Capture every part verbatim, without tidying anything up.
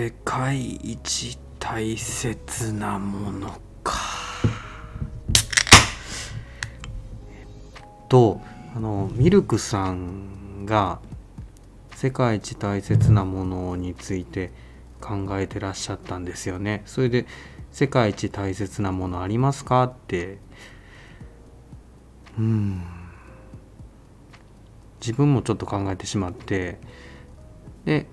世界一大切なものかとあのミルクさんが世界一大切なものについて考えてらっしゃったんですよね。それで世界一大切なものありますかってうん自分もちょっと考えてしまって、で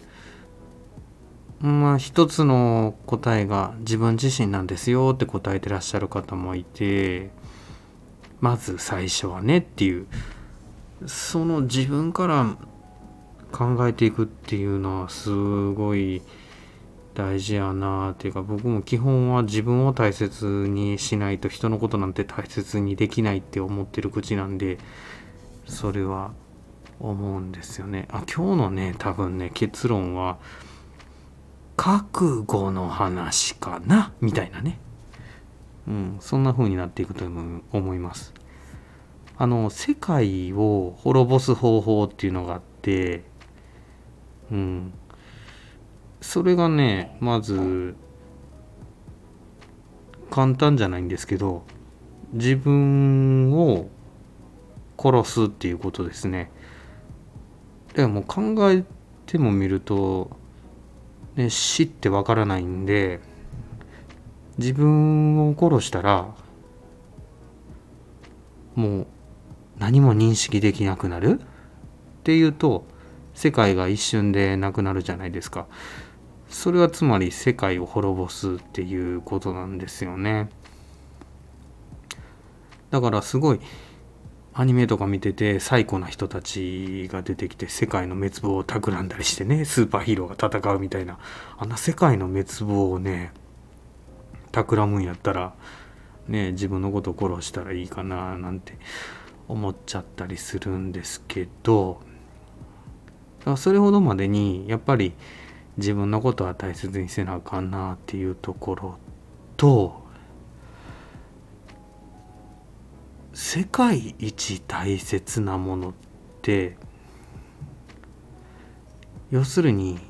まあ一つの答えが自分自身なんですよって答えてらっしゃる方もいて、まず最初はねっていう、その自分から考えていくっていうのはすごい大事やなっていうか、僕も基本は自分を大切にしないと人のことなんて大切にできないって思ってる口なんで、それは思うんですよね。あ、今日のね多分ね結論は覚悟の話かなみたいなね、うん、そんな風になっていくと思います。あの世界を滅ぼす方法っていうのがあって、うん、それがねまず簡単じゃないんですけど、自分を殺すっていうことですね。でも考えてもみると、ね、死ってわからないんで、自分を殺したらもう何も認識できなくなるっていうと、世界が一瞬でなくなるじゃないですか。それはつまり世界を滅ぼすっていうことなんですよね。だからすごいアニメとか見てて最高な人たちが出てきて世界の滅亡を企んだりしてね、スーパーヒーローが戦うみたいな、あんな世界の滅亡をね企むんやったらね、自分のことを殺したらいいかななんて思っちゃったりするんですけど、だからそれほどまでにやっぱり自分のことは大切にせなあかんなっていうところと、世界一大切なものって要するに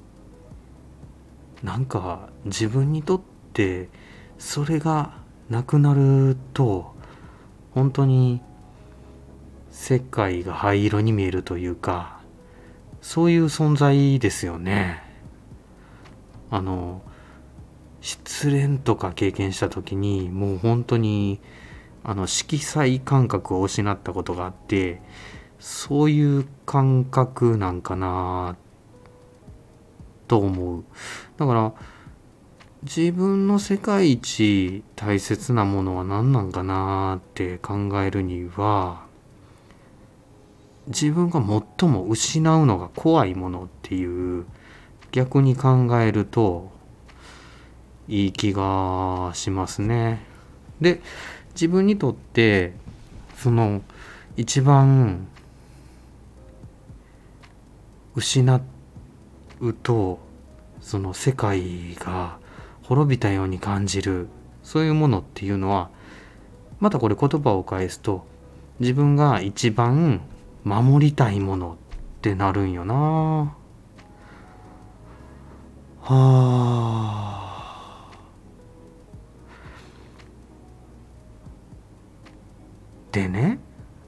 なんか自分にとってそれがなくなると本当に世界が灰色に見えるというか、そういう存在ですよね。あの失恋とか経験した時にもう本当にあの色彩感覚を失ったことがあって、そういう感覚なんかなと思う。だから自分の世界一大切なものは何なんかなって考えるには、自分が最も失うのが怖いものっていう逆に考えるといい気がしますね。で、自分にとってその一番失うとその世界が滅びたように感じる、そういうものっていうのは、またこれ言葉を返すと自分が一番守りたいものってなるんよな。はあ。でね、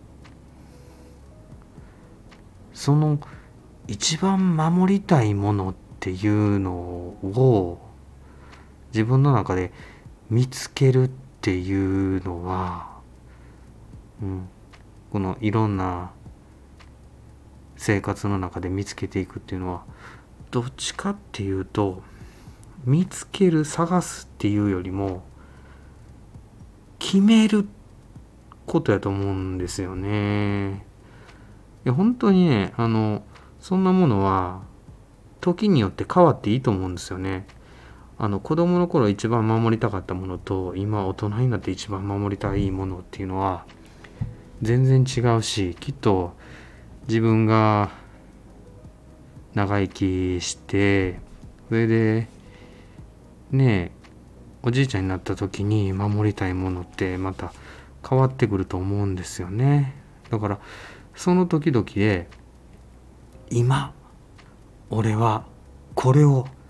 その一番守りたいものっていうのを自分の中で見つけるっていうのは、うん、このいろんな生活の中で見つけていくっていうのは、どっちかっていうと見つける探すっていうよりも決めることやと思うんですよね。いや本当にね、あのそんなものは時によって変わっていいと思うんですよね。あの子供の頃一番守りたかったものと今大人になって一番守りたいものっていうのは全然違うし、きっと自分が長生きしてそれでねえおじいちゃんになった時に守りたいものってまた変わってくると思うんですよね。だからその時々で今俺はこれを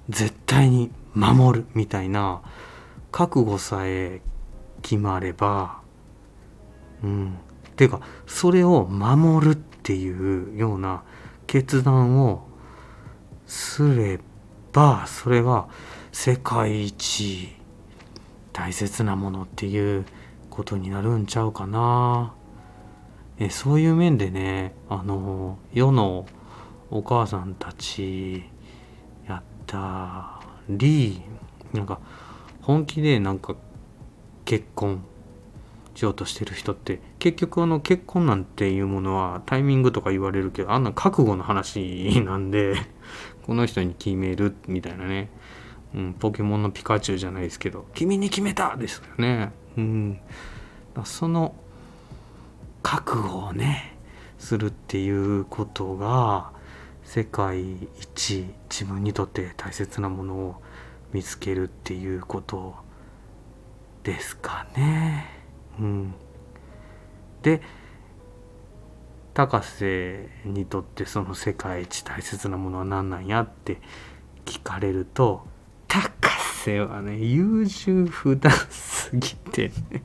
絶対に守るみたいな覚悟さえ決まれば、うんていうかそれを守るっていうような決断をすれば、それが世界一大切なものっていうことになるんちゃうかな。えそういう面でね、あの世のお母さんたちやったり、なんか本気でなんか結婚しようとしてる人って、結局あの結婚なんていうものはタイミングとか言われるけど、あんな覚悟の話なんでこの人に決めるみたいなね、うん、ポケモンのピカチュウじゃないですけど、君に決めたですよね。うん、その覚悟をねするっていうことが世界一自分にとって大切なものを見つけるっていうことですかね。うん、で高瀬にとってその世界一大切なものは何なんやって聞かれると、高瀬はね優柔不断すぎてね、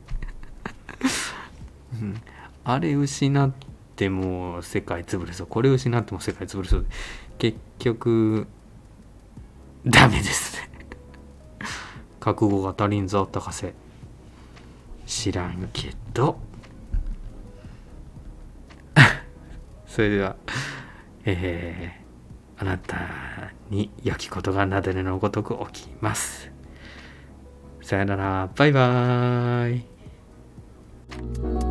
うん、あれ失っても世界潰れそう、これ失っても世界潰れそうで、結局ダメですね覚悟が足りんぞ高瀬。知らんけどそれでは、えー、あなたに良きことがなだれのごとく起きます。さよなら、バイバーイ。